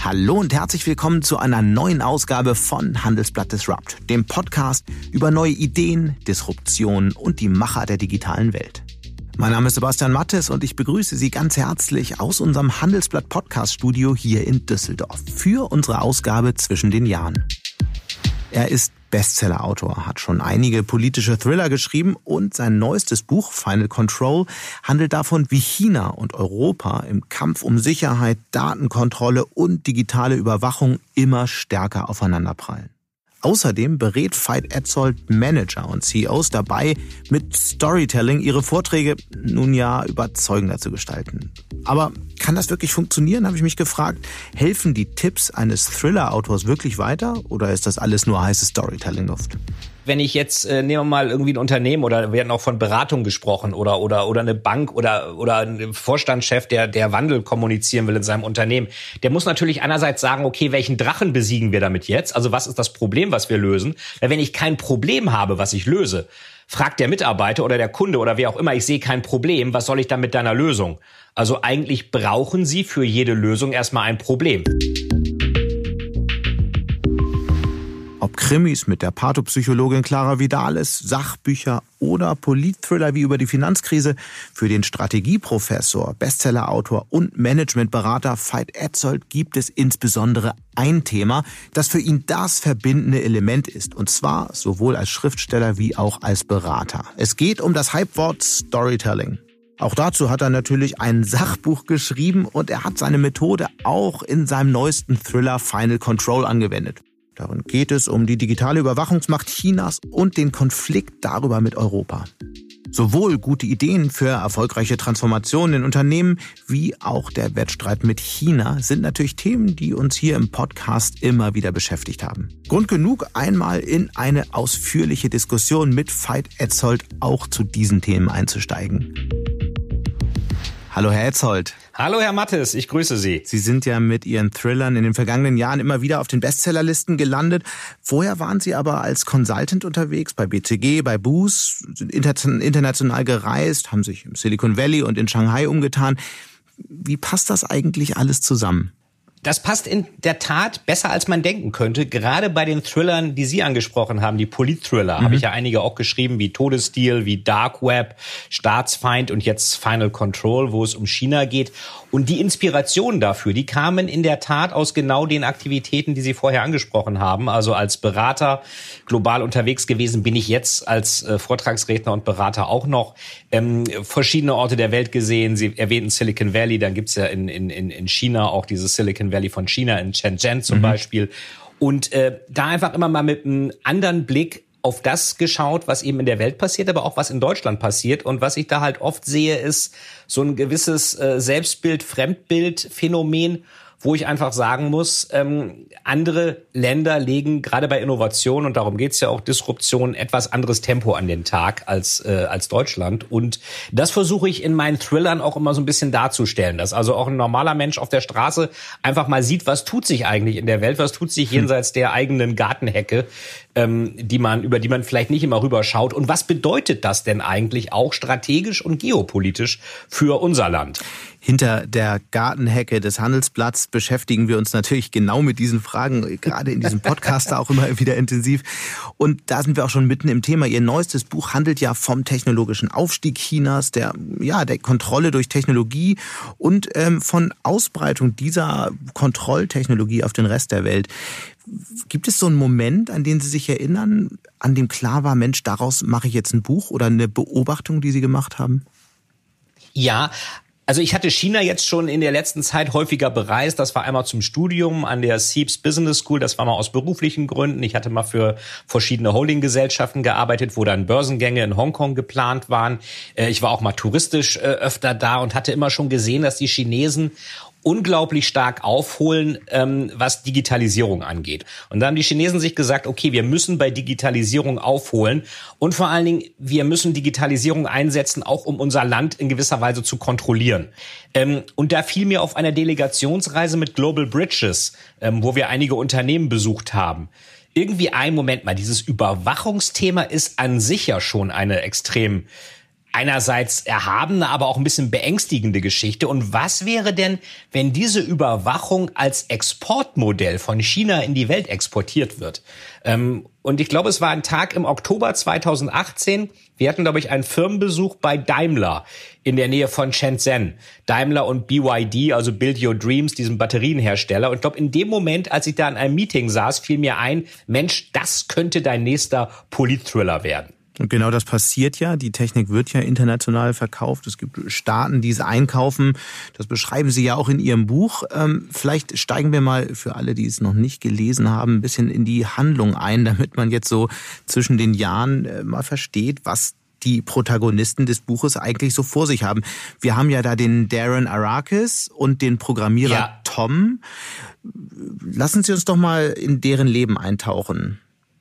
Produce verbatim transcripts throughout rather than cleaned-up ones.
Hallo und herzlich willkommen zu einer neuen Ausgabe von Handelsblatt Disrupt, dem Podcast über neue Ideen, Disruption und die Macher der digitalen Welt. Mein Name ist Sebastian Mattes und ich begrüße Sie ganz herzlich aus unserem Handelsblatt Podcast Studio hier in Düsseldorf für unsere Ausgabe zwischen den Jahren. Er ist Bestsellerautor, hat schon einige politische Thriller geschrieben und sein neuestes Buch Final Control handelt davon, wie China und Europa im Kampf um Sicherheit, Datenkontrolle und digitale Überwachung immer stärker aufeinanderprallen. Außerdem berät Veit Etzold Manager und C E Os dabei, mit Storytelling ihre Vorträge nun ja überzeugender zu gestalten. Aber kann das wirklich funktionieren, habe ich mich gefragt. Helfen die Tipps eines Thriller-Autors wirklich weiter oder ist das alles nur heiße Storytelling-Luft? Wenn ich jetzt, äh, nehmen wir mal irgendwie ein Unternehmen oder wir hatten auch von Beratung gesprochen oder oder oder eine Bank oder oder ein Vorstandschef, der der Wandel kommunizieren will in seinem Unternehmen, der muss natürlich einerseits sagen, okay, welchen Drachen besiegen wir damit jetzt? Also was ist das Problem, was wir lösen? Weil wenn ich kein Problem habe, was ich löse, fragt der Mitarbeiter oder der Kunde oder wer auch immer, ich sehe kein Problem, was soll ich dann mit deiner Lösung? Also eigentlich brauchen Sie für jede Lösung erstmal ein Problem. Ob Krimis mit der Pathopsychologin Clara Vidalis, Sachbücher oder Politthriller wie über die Finanzkrise, für den Strategieprofessor, Bestsellerautor und Managementberater Veit Etzold gibt es insbesondere ein Thema, das für ihn das verbindende Element ist, und zwar sowohl als Schriftsteller wie auch als Berater. Es geht um das Hypewort Storytelling. Auch dazu hat er natürlich ein Sachbuch geschrieben und er hat seine Methode auch in seinem neuesten Thriller Final Control angewendet. Darin geht es um die digitale Überwachungsmacht Chinas und den Konflikt darüber mit Europa. Sowohl gute Ideen für erfolgreiche Transformationen in Unternehmen wie auch der Wettstreit mit China sind natürlich Themen, die uns hier im Podcast immer wieder beschäftigt haben. Grund genug, einmal in eine ausführliche Diskussion mit Veit Etzold auch zu diesen Themen einzusteigen. Hallo Herr Etzold. Hallo Herr Mattes, ich grüße Sie. Sie sind ja mit Ihren Thrillern in den vergangenen Jahren immer wieder auf den Bestsellerlisten gelandet. Vorher waren Sie aber als Consultant unterwegs, bei B C G, bei Booz, sind international gereist, haben sich im Silicon Valley und in Shanghai umgetan. Wie passt das eigentlich alles zusammen? Das passt in der Tat besser, als man denken könnte. Gerade bei den Thrillern, die Sie angesprochen haben, die Politthriller, mhm. habe ich ja einige auch geschrieben, wie Todesdeal, wie Dark Web, Staatsfeind und jetzt Final Control, wo es um China geht. Und die Inspirationen dafür, die kamen in der Tat aus genau den Aktivitäten, die Sie vorher angesprochen haben. Also als Berater global unterwegs gewesen bin ich jetzt als äh, Vortragsredner und Berater auch noch. Ähm, verschiedene Orte der Welt gesehen. Sie erwähnten Silicon Valley, dann gibt's ja in, in, in China auch dieses Silicon Valley von China, in Shenzhen zum mhm. Beispiel. Und äh, da einfach immer mal mit einem anderen Blick auf das geschaut, was eben in der Welt passiert, aber auch was in Deutschland passiert. Und was ich da halt oft sehe, ist so ein gewisses äh, Selbstbild, Fremdbild-Phänomen, wo ich einfach sagen muss, ähm, andere Länder legen gerade bei Innovation, und darum geht's ja auch, Disruption, etwas anderes Tempo an den Tag als äh, als Deutschland. Und das versuche ich in meinen Thrillern auch immer so ein bisschen darzustellen, dass also auch ein normaler Mensch auf der Straße einfach mal sieht, was tut sich eigentlich in der Welt, was tut sich jenseits der eigenen Gartenhecke, ähm, die man über die man vielleicht nicht immer rüberschaut. Und was bedeutet das denn eigentlich auch strategisch und geopolitisch für unser Land? Hinter der Gartenhecke des Handelsblatts beschäftigen wir uns natürlich genau mit diesen Fragen, gerade in diesem Podcast auch immer wieder intensiv. Und da sind wir auch schon mitten im Thema. Ihr neuestes Buch handelt ja vom technologischen Aufstieg Chinas, der, ja, der Kontrolle durch Technologie und ähm, von Ausbreitung dieser Kontrolltechnologie auf den Rest der Welt. Gibt es so einen Moment, an den Sie sich erinnern, an dem klar war, Mensch, daraus mache ich jetzt ein Buch oder eine Beobachtung, die Sie gemacht haben? Ja, also ich hatte China jetzt schon in der letzten Zeit häufiger bereist. Das war einmal zum Studium an der S I E B S Business School. Das war mal aus beruflichen Gründen. Ich hatte mal für verschiedene Holdinggesellschaften gearbeitet, wo dann Börsengänge in Hongkong geplant waren. Ich war auch mal touristisch öfter da und hatte immer schon gesehen, dass die Chinesen unglaublich stark aufholen, ähm, was Digitalisierung angeht. Und da haben die Chinesen sich gesagt, okay, wir müssen bei Digitalisierung aufholen und vor allen Dingen, wir müssen Digitalisierung einsetzen, auch um unser Land in gewisser Weise zu kontrollieren. Ähm, und da fiel mir auf einer Delegationsreise mit Global Bridges, ähm, wo wir einige Unternehmen besucht haben, irgendwie ein Moment mal, dieses Überwachungsthema ist an sich ja schon eine extrem einerseits erhabene, aber auch ein bisschen beängstigende Geschichte. Und was wäre denn, wenn diese Überwachung als Exportmodell von China in die Welt exportiert wird? Ähm, und ich glaube, es war ein Tag im Oktober zweitausendachtzehn. Wir hatten, glaube ich, einen Firmenbesuch bei Daimler in der Nähe von Shenzhen. Daimler und B Y D, also Build Your Dreams, diesem Batterienhersteller. Und ich glaube, in dem Moment, als ich da in einem Meeting saß, fiel mir ein, Mensch, das könnte dein nächster Politthriller werden. Und genau das passiert ja. Die Technik wird ja international verkauft. Es gibt Staaten, die es einkaufen. Das beschreiben Sie ja auch in Ihrem Buch. Ähm, vielleicht steigen wir mal für alle, die es noch nicht gelesen haben, ein bisschen in die Handlung ein, damit man jetzt so zwischen den Jahren äh, mal versteht, was die Protagonisten des Buches eigentlich so vor sich haben. Wir haben ja da den Darren Arakis und den Programmierer ja. Tom. Lassen Sie uns doch mal in deren Leben eintauchen.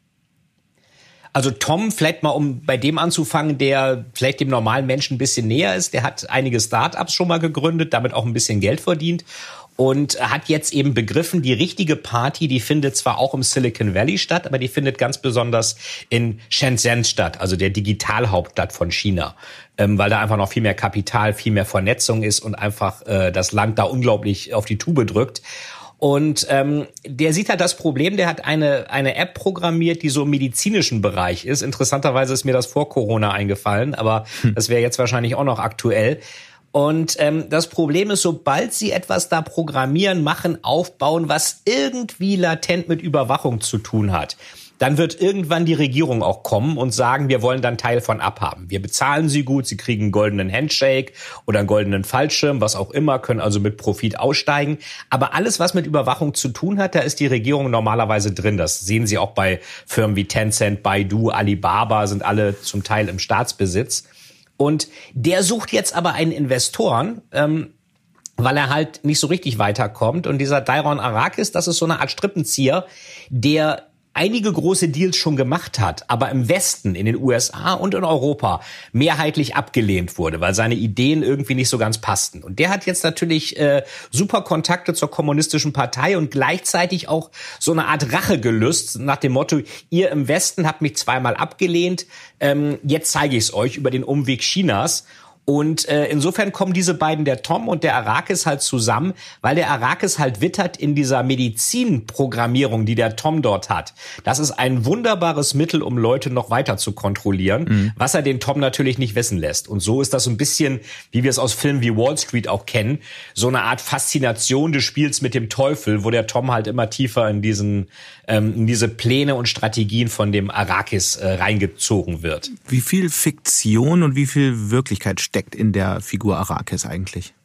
Also Tom, vielleicht mal, um bei dem anzufangen, der vielleicht dem normalen Menschen ein bisschen näher ist, der hat einige Start-ups schon mal gegründet, damit auch ein bisschen Geld verdient und hat jetzt eben begriffen, die richtige Party, die findet zwar auch im Silicon Valley statt, aber die findet ganz besonders in Shenzhen statt, also der Digitalhauptstadt von China, ähm, weil da einfach noch viel mehr Kapital, viel mehr Vernetzung ist und einfach äh, das Land da unglaublich auf die Tube drückt. Und ähm, der sieht halt das Problem, der hat eine eine App programmiert, die so im medizinischen Bereich ist. Interessanterweise ist mir das vor Corona eingefallen, aber hm. das wäre jetzt wahrscheinlich auch noch aktuell. Und ähm, das Problem ist, sobald sie etwas da programmieren, machen, aufbauen, was irgendwie latent mit Überwachung zu tun hat, dann wird irgendwann die Regierung auch kommen und sagen, wir wollen dann Teil von abhaben. Wir bezahlen sie gut, sie kriegen einen goldenen Handshake oder einen goldenen Fallschirm, was auch immer, können also mit Profit aussteigen. Aber alles, was mit Überwachung zu tun hat, da ist die Regierung normalerweise drin. Das sehen Sie auch bei Firmen wie Tencent, Baidu, Alibaba, sind alle zum Teil im Staatsbesitz. Und der sucht jetzt aber einen Investoren, ähm, weil er halt nicht so richtig weiterkommt. Und dieser Darren Arakis, das ist so eine Art Strippenzieher, der einige große Deals schon gemacht hat, aber im Westen, in den U S A und in Europa mehrheitlich abgelehnt wurde, weil seine Ideen irgendwie nicht so ganz passten. Und der hat jetzt natürlich äh, super Kontakte zur kommunistischen Partei und gleichzeitig auch so eine Art Rachegelüst nach dem Motto, ihr im Westen habt mich zweimal abgelehnt, ähm, jetzt zeige ich es euch über den Umweg Chinas. Und äh, insofern kommen diese beiden, der Tom und der Arakis, halt zusammen, weil der Arakis halt wittert in dieser Medizinprogrammierung, die der Tom dort hat. Das ist ein wunderbares Mittel, um Leute noch weiter zu kontrollieren, mhm. was er den Tom natürlich nicht wissen lässt. Und so ist das so ein bisschen, wie wir es aus Filmen wie Wall Street auch kennen, so eine Art Faszination des Spiels mit dem Teufel, wo der Tom halt immer tiefer in diesen ähm, in diese Pläne und Strategien von dem Arakis äh, reingezogen wird. Wie viel Fiktion und wie viel Wirklichkeit steckt in der Figur Arakis eigentlich?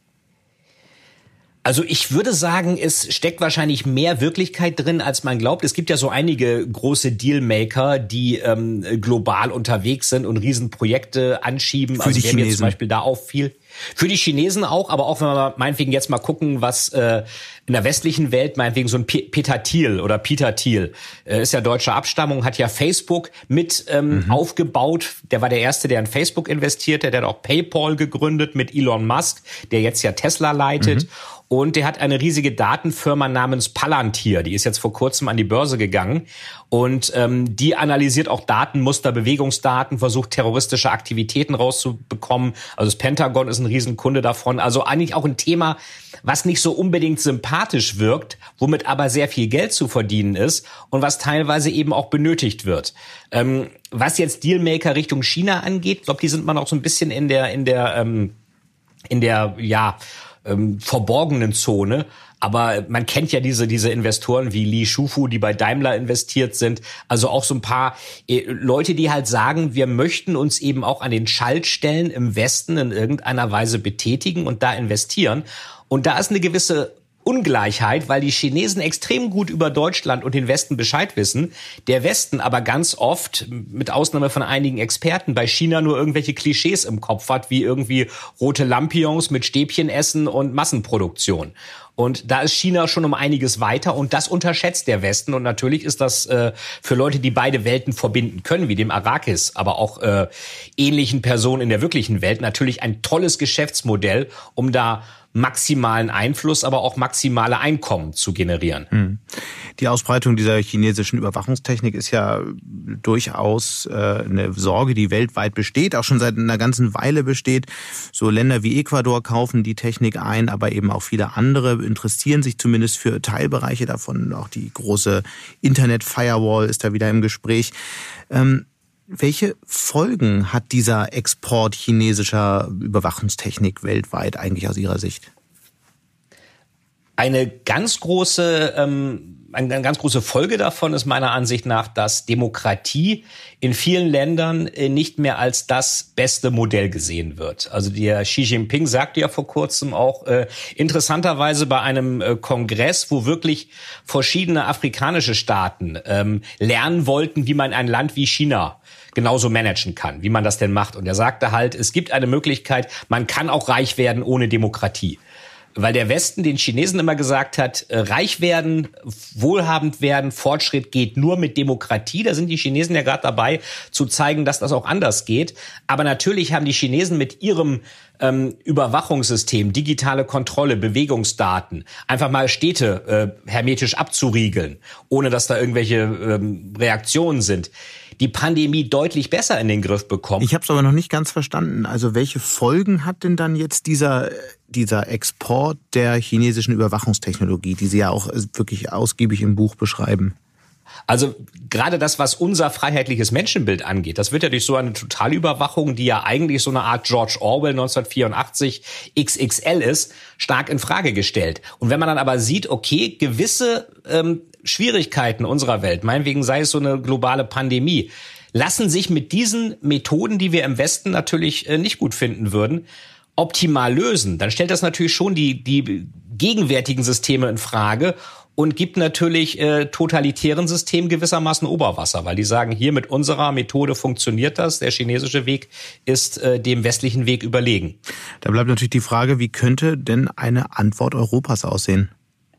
Also ich würde sagen, es steckt wahrscheinlich mehr Wirklichkeit drin, als man glaubt. Es gibt ja so einige große Dealmaker, die ähm, global unterwegs sind und Riesenprojekte anschieben. Für also die wer Chinesen. mir zum Beispiel da auch viel. Für die Chinesen auch, aber auch wenn wir meinetwegen jetzt mal gucken, was äh, in der westlichen Welt, meinetwegen so ein P- Peter Thiel oder Peter Thiel, äh, ist ja deutscher Abstammung, hat ja Facebook mit ähm, mhm. aufgebaut. Der war der Erste, der in Facebook investierte. Der hat auch PayPal gegründet mit Elon Musk, der jetzt ja Tesla leitet. Mhm. Und der hat eine riesige Datenfirma namens Palantir, die ist jetzt vor kurzem an die Börse gegangen. Und ähm, die analysiert auch Datenmuster, Bewegungsdaten, versucht terroristische Aktivitäten rauszubekommen. Also das Pentagon ist ein Riesenkunde davon. Also eigentlich auch ein Thema, was nicht so unbedingt sympathisch wirkt, womit aber sehr viel Geld zu verdienen ist und was teilweise eben auch benötigt wird. Ähm, was jetzt Dealmaker Richtung China angeht, ich glaube, die sind man auch so ein bisschen in der, in der, ähm, in der, ja, ähm, verborgenen Zone. Aber man kennt ja diese diese Investoren wie Li Shufu, die bei Daimler investiert sind. Also auch so ein paar äh, Leute, die halt sagen, wir möchten uns eben auch an den Schaltstellen im Westen in irgendeiner Weise betätigen und da investieren. Und da ist eine gewisse Ungleichheit, weil die Chinesen extrem gut über Deutschland und den Westen Bescheid wissen, der Westen aber ganz oft, mit Ausnahme von einigen Experten, bei China nur irgendwelche Klischees im Kopf hat, wie irgendwie rote Lampions mit Stäbchen essen und Massenproduktion. Und da ist China schon um einiges weiter und das unterschätzt der Westen. Und natürlich ist das äh, für Leute, die beide Welten verbinden können, wie dem Arakis, aber auch äh, ähnlichen Personen in der wirklichen Welt, natürlich ein tolles Geschäftsmodell, um da maximalen Einfluss, aber auch maximale Einkommen zu generieren. Hm. Die Ausbreitung dieser chinesischen Überwachungstechnik ist ja durchaus äh, eine Sorge, die weltweit besteht, auch schon seit einer ganzen Weile besteht. So Länder wie Ecuador kaufen die Technik ein, aber eben auch viele andere interessieren sich zumindest für Teilbereiche davon. Auch die große Internet-Firewall ist da wieder im Gespräch. Ähm, welche Folgen hat dieser Export chinesischer Überwachungstechnik weltweit eigentlich aus Ihrer Sicht? Eine ganz große, ähm, eine ganz große Folge davon ist meiner Ansicht nach, dass Demokratie in vielen Ländern äh, nicht mehr als das beste Modell gesehen wird. Also der Xi Jinping sagte ja vor kurzem auch äh, interessanterweise bei einem äh, Kongress, wo wirklich verschiedene afrikanische Staaten ähm, lernen wollten, wie man ein Land wie China genauso managen kann, wie man das denn macht. Und er sagte halt, es gibt eine Möglichkeit, man kann auch reich werden ohne Demokratie. Weil der Westen den Chinesen immer gesagt hat, reich werden, wohlhabend werden, Fortschritt geht nur mit Demokratie. Da sind die Chinesen ja gerade dabei zu zeigen, dass das auch anders geht. Aber natürlich haben die Chinesen mit ihrem ähm, Überwachungssystem, digitale Kontrolle, Bewegungsdaten, einfach mal Städte äh, hermetisch abzuriegeln, ohne dass da irgendwelche ähm, Reaktionen sind, die Pandemie deutlich besser in den Griff bekommen. Ich habe es aber noch nicht ganz verstanden. Also welche Folgen hat denn dann jetzt dieser, dieser Export der chinesischen Überwachungstechnologie, die Sie ja auch wirklich ausgiebig im Buch beschreiben? Also gerade das, was unser freiheitliches Menschenbild angeht, das wird ja durch so eine Totalüberwachung, die ja eigentlich so eine Art George Orwell neunzehnhundertvierundachtzig X X L ist, stark in Frage gestellt. Und wenn man dann aber sieht, okay, gewisse ähm, Schwierigkeiten unserer Welt, meinetwegen sei es so eine globale Pandemie, lassen sich mit diesen Methoden, die wir im Westen natürlich äh, nicht gut finden würden, optimal lösen, dann stellt das natürlich schon die, die gegenwärtigen Systeme in Frage und gibt natürlich äh, totalitären Systemen gewissermaßen Oberwasser, weil die sagen, hier mit unserer Methode funktioniert das, der chinesische Weg ist äh, dem westlichen Weg überlegen. Da bleibt natürlich die Frage, wie könnte denn eine Antwort Europas aussehen?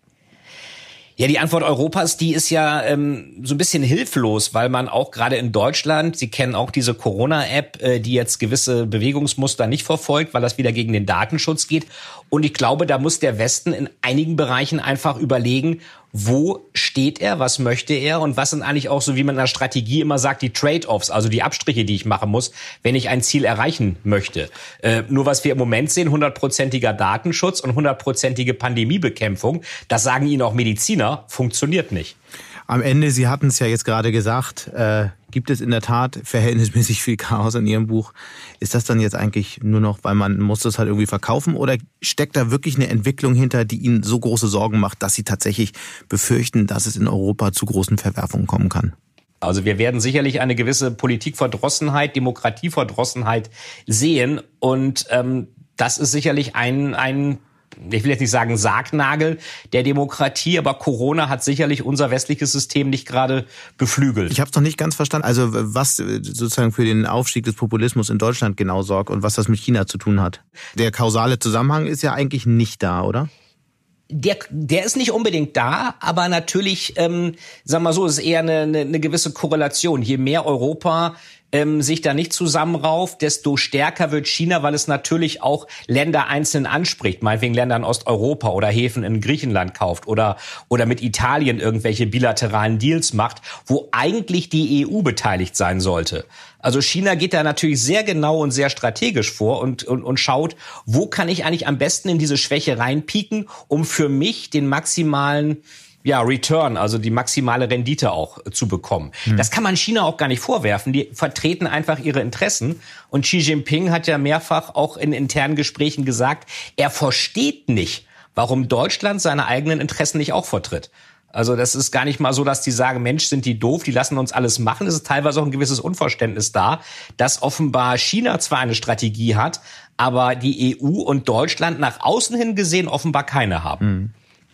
Ja, die Antwort Europas, die ist ja ähm, so ein bisschen hilflos, weil man auch gerade in Deutschland, Sie kennen auch diese Corona-App, äh, die jetzt gewisse Bewegungsmuster nicht verfolgt, weil das wieder gegen den Datenschutz geht. Und ich glaube, da muss der Westen in einigen Bereichen einfach überlegen, wo steht er, was möchte er und was sind eigentlich auch so, wie man in der Strategie immer sagt, die Trade-offs, also die Abstriche, die ich machen muss, wenn ich ein Ziel erreichen möchte. Äh, nur was wir im Moment sehen, hundertprozentiger Datenschutz und hundertprozentige Pandemiebekämpfung, das sagen Ihnen auch Mediziner, funktioniert nicht. Am Ende, Sie hatten es ja jetzt gerade gesagt, äh, gibt es in der Tat verhältnismäßig viel Chaos in Ihrem Buch. Ist das dann jetzt eigentlich nur noch, weil man muss das halt irgendwie verkaufen, oder steckt da wirklich eine Entwicklung hinter, die Ihnen so große Sorgen macht, dass Sie tatsächlich befürchten, dass es in Europa zu großen Verwerfungen kommen kann? Also wir werden sicherlich eine gewisse Politikverdrossenheit, Demokratieverdrossenheit sehen und ähm, das ist sicherlich ein ein ich will jetzt nicht sagen Sargnagel der Demokratie, aber Corona hat sicherlich unser westliches System nicht gerade beflügelt. Ich habe es noch nicht ganz verstanden, also was sozusagen für den Aufstieg des Populismus in Deutschland genau sorgt und was das mit China zu tun hat. Der kausale Zusammenhang ist ja eigentlich nicht da, oder? Der, der ist nicht unbedingt da, aber natürlich, ähm, sagen wir mal so, ist eher eine, eine, eine gewisse Korrelation. Je mehr Europa ähm, sich da nicht zusammenrauft, desto stärker wird China, weil es natürlich auch Länder einzeln anspricht, meinetwegen Länder in Osteuropa oder Häfen in Griechenland kauft oder oder mit Italien irgendwelche bilateralen Deals macht, wo eigentlich die E U beteiligt sein sollte. Also China geht da natürlich sehr genau und sehr strategisch vor und, und, und schaut, wo kann ich eigentlich am besten in diese Schwäche reinpieken, um für mich den maximalen ja, Return, also die maximale Rendite auch zu bekommen. Hm. Das kann man China auch gar nicht vorwerfen. Die vertreten einfach ihre Interessen. Und Xi Jinping hat ja mehrfach auch in internen Gesprächen gesagt, er versteht nicht, warum Deutschland seine eigenen Interessen nicht auch vertritt. Also das ist gar nicht mal so, dass die sagen, Mensch, sind die doof, die lassen uns alles machen. Es ist teilweise auch ein gewisses Unverständnis da, dass offenbar China zwar eine Strategie hat, aber die E U und Deutschland nach außen hin gesehen offenbar keine haben. Hm.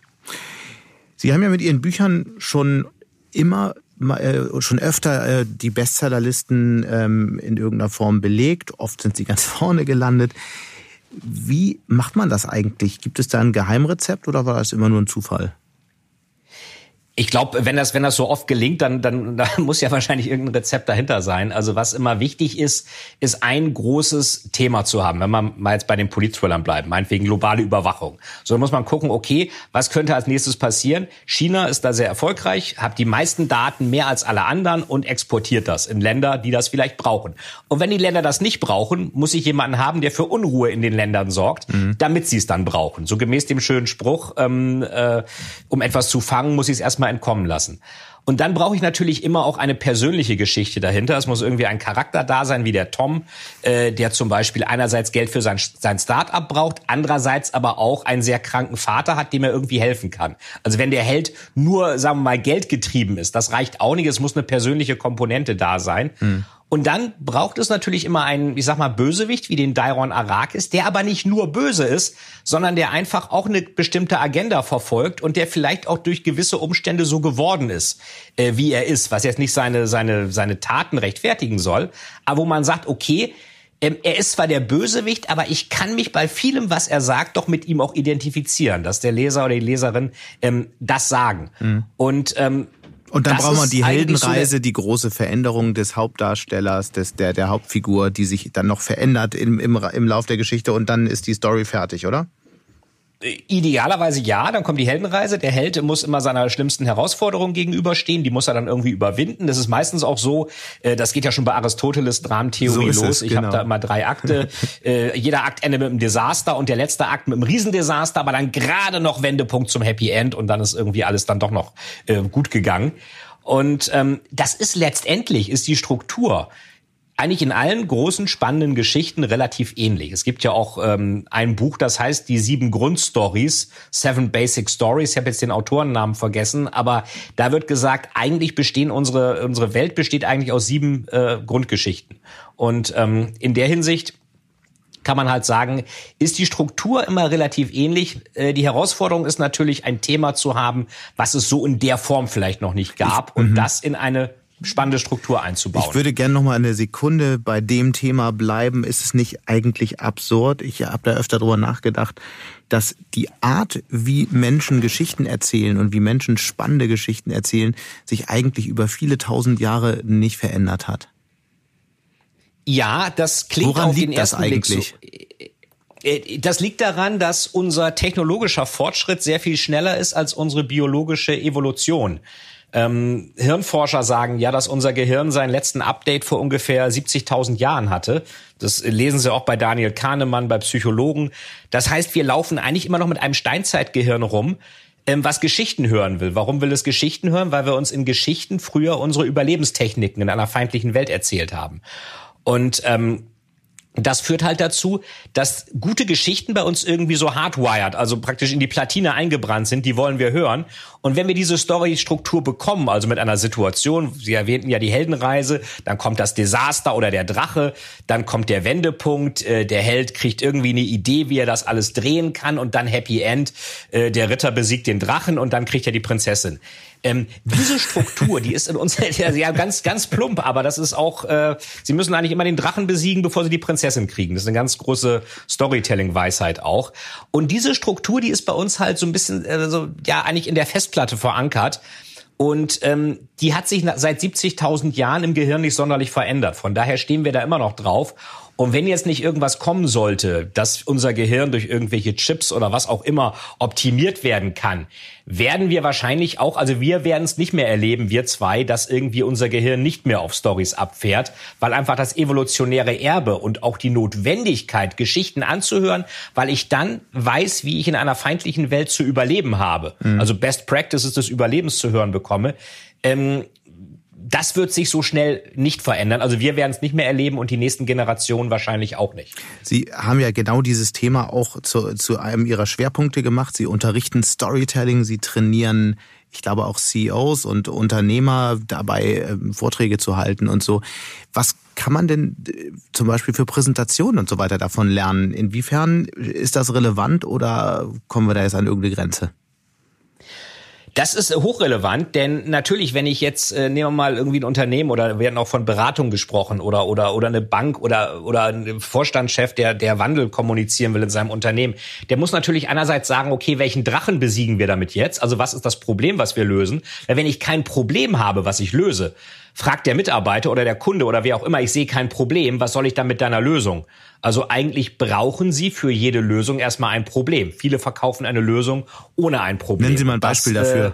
Sie haben ja mit Ihren Büchern schon immer, äh, schon öfter äh, die Bestsellerlisten ähm, in irgendeiner Form belegt. Oft sind Sie ganz vorne gelandet. Wie macht man das eigentlich? Gibt es da ein Geheimrezept oder war das immer nur ein Zufall? Ich glaube, wenn das, wenn das so oft gelingt, dann, dann, dann muss ja wahrscheinlich irgendein Rezept dahinter sein. Also was immer wichtig ist, ist ein großes Thema zu haben. Wenn man mal jetzt bei den Politthrillern bleibt, meinetwegen globale Überwachung. So, dann muss man gucken, okay, was könnte als nächstes passieren? China ist da sehr erfolgreich, hat die meisten Daten, mehr als alle anderen und exportiert das in Länder, die das vielleicht brauchen. Und wenn die Länder das nicht brauchen, muss ich jemanden haben, der für Unruhe in den Ländern sorgt, mhm. damit sie es dann brauchen. So gemäß dem schönen Spruch, ähm, äh, um etwas zu fangen, muss ich es erstmal entkommen lassen. Und dann brauche ich natürlich immer auch eine persönliche Geschichte dahinter. Es muss irgendwie ein Charakter da sein, wie der Tom, äh, der zum Beispiel einerseits Geld für sein, sein Start-up braucht, andererseits aber auch einen sehr kranken Vater hat, dem er irgendwie helfen kann. Also wenn der Held nur, sagen wir mal, geldgetrieben ist, das reicht auch nicht. Es muss eine persönliche Komponente da sein. Mhm. Und dann braucht es natürlich immer einen, ich sag mal, Bösewicht wie den Dairon Arrakis, der aber nicht nur böse ist, sondern der einfach auch eine bestimmte Agenda verfolgt und der vielleicht auch durch gewisse Umstände so geworden ist, äh, wie er ist, was jetzt nicht seine seine seine Taten rechtfertigen soll, aber wo man sagt, okay, ähm, er ist zwar der Bösewicht, aber ich kann mich bei vielem, was er sagt, doch mit ihm auch identifizieren, dass der Leser oder die Leserin ähm, das sagen. Mhm. Und ähm, Und dann braucht man die Heldenreise, so die große Veränderung des Hauptdarstellers, des, der, der Hauptfigur, die sich dann noch verändert im, im, im Lauf der Geschichte und dann ist die Story fertig, oder? Idealerweise ja, dann kommt die Heldenreise. Der Held muss immer seiner schlimmsten Herausforderung gegenüberstehen. Die muss er dann irgendwie überwinden. Das ist meistens auch so, das geht ja schon bei Aristoteles Dramentheorie so los. Es, ich genau. habe da immer drei Akte. Jeder Akt endet mit einem Desaster und der letzte Akt mit einem Riesendesaster, aber dann gerade noch Wendepunkt zum Happy End und dann ist irgendwie alles dann doch noch äh, gut gegangen. Und ähm, das ist letztendlich, ist die Struktur eigentlich in allen großen, spannenden Geschichten relativ ähnlich. Es gibt ja auch ähm, ein Buch, das heißt die sieben Grundstories, Seven Basic Stories. Ich habe jetzt den Autorennamen vergessen, aber da wird gesagt, eigentlich bestehen unsere unsere Welt besteht eigentlich aus sieben äh, Grundgeschichten. Und ähm, in der Hinsicht kann man halt sagen, ist die Struktur immer relativ ähnlich. Äh, die Herausforderung ist natürlich, ein Thema zu haben, was es so in der Form vielleicht noch nicht gab ich, und m-hmm. das in eine spannende Struktur einzubauen. Ich würde gerne noch mal eine Sekunde bei dem Thema bleiben. Ist es nicht eigentlich absurd? Ich habe da öfter drüber nachgedacht, dass die Art, wie Menschen Geschichten erzählen und wie Menschen spannende Geschichten erzählen, sich eigentlich über viele tausend Jahre nicht verändert hat. Ja, das klingt Woran auf liegt den ersten das eigentlich? Blick so. Das liegt daran, dass unser technologischer Fortschritt sehr viel schneller ist als unsere biologische Evolution. Ähm, Hirnforscher sagen ja, dass unser Gehirn seinen letzten Update vor ungefähr siebzigtausend Jahren hatte. Das lesen Sie auch bei Daniel Kahnemann, bei Psychologen. Das heißt, wir laufen eigentlich immer noch mit einem Steinzeitgehirn rum, ähm, was Geschichten hören will. Warum will es Geschichten hören? Weil wir uns in Geschichten früher unsere Überlebenstechniken in einer feindlichen Welt erzählt haben. Und ähm, das führt halt dazu, dass gute Geschichten bei uns irgendwie so hardwired, also praktisch in die Platine eingebrannt sind, die wollen wir hören. Und wenn wir diese Storystruktur bekommen, also mit einer Situation, Sie erwähnten ja die Heldenreise, dann kommt das Desaster oder der Drache, dann kommt der Wendepunkt, äh, der Held kriegt irgendwie eine Idee, wie er das alles drehen kann und dann Happy End, äh, der Ritter besiegt den Drachen und dann kriegt er die Prinzessin. Ähm, diese Struktur, die ist in uns ja ganz, ganz plump, aber das ist auch, äh, Sie müssen eigentlich immer den Drachen besiegen, bevor Sie die Prinzessin kriegen. Das ist eine ganz große Storytelling-Weisheit auch. Und diese Struktur, die ist bei uns halt so ein bisschen, äh, so, ja, eigentlich in der Festplatte verankert. Und ähm, die hat sich seit siebzigtausend Jahren im Gehirn nicht sonderlich verändert. Von daher stehen wir da immer noch drauf. Und wenn jetzt nicht irgendwas kommen sollte, dass unser Gehirn durch irgendwelche Chips oder was auch immer optimiert werden kann, werden wir wahrscheinlich auch, also wir werden es nicht mehr erleben, wir zwei, dass irgendwie unser Gehirn nicht mehr auf Stories abfährt, weil einfach das evolutionäre Erbe und auch die Notwendigkeit, Geschichten anzuhören, weil ich dann weiß, wie ich in einer feindlichen Welt zu überleben habe. Mhm. Also Best Practices des Überlebens zu hören bekomme. Ähm, Das wird sich so schnell nicht verändern. Also wir werden es nicht mehr erleben und die nächsten Generationen wahrscheinlich auch nicht. Sie haben ja genau dieses Thema auch zu, zu einem Ihrer Schwerpunkte gemacht. Sie unterrichten Storytelling, Sie trainieren, ich glaube auch C E Os und Unternehmer dabei, Vorträge zu halten und so. Was kann man denn zum Beispiel für Präsentationen und so weiter davon lernen? Inwiefern ist das relevant oder kommen wir da jetzt an irgendeine Grenze? Das ist hochrelevant, denn natürlich, wenn ich jetzt, äh, nehmen wir mal irgendwie ein Unternehmen oder wir hatten auch von Beratung gesprochen oder oder oder eine Bank oder oder ein Vorstandschef, der der Wandel kommunizieren will in seinem Unternehmen, der muss natürlich einerseits sagen, okay, welchen Drachen besiegen wir damit jetzt? Also was ist das Problem, was wir lösen? Weil wenn ich kein Problem habe, was ich löse, fragt der Mitarbeiter oder der Kunde oder wer auch immer, ich sehe kein Problem, was soll ich dann mit deiner Lösung? Also eigentlich brauchen Sie für jede Lösung erstmal ein Problem. Viele verkaufen eine Lösung ohne ein Problem. Nennen Sie mal ein Beispiel das, dafür. Äh,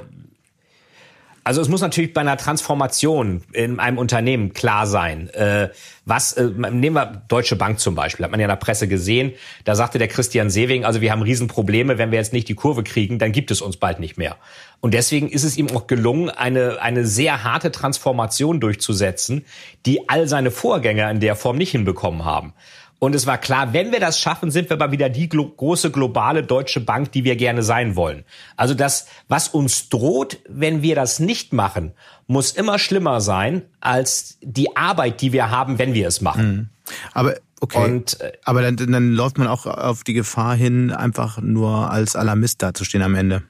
Also es muss natürlich bei einer Transformation in einem Unternehmen klar sein. Äh, was äh, nehmen wir Deutsche Bank zum Beispiel, hat man ja in der Presse gesehen. Da sagte der Christian Sewing, also wir haben Riesenprobleme, wenn wir jetzt nicht die Kurve kriegen, dann gibt es uns bald nicht mehr. Und deswegen ist es ihm auch gelungen, eine eine sehr harte Transformation durchzusetzen, die all seine Vorgänger in der Form nicht hinbekommen haben. Und es war klar, wenn wir das schaffen, sind wir aber wieder die glo- große globale deutsche Bank, die wir gerne sein wollen. Also das, was uns droht, wenn wir das nicht machen, muss immer schlimmer sein als die Arbeit, die wir haben, wenn wir es machen. Mhm. Aber okay, Und, äh, aber dann, dann läuft man auch auf die Gefahr hin, einfach nur als Alarmist dazustehen am Ende.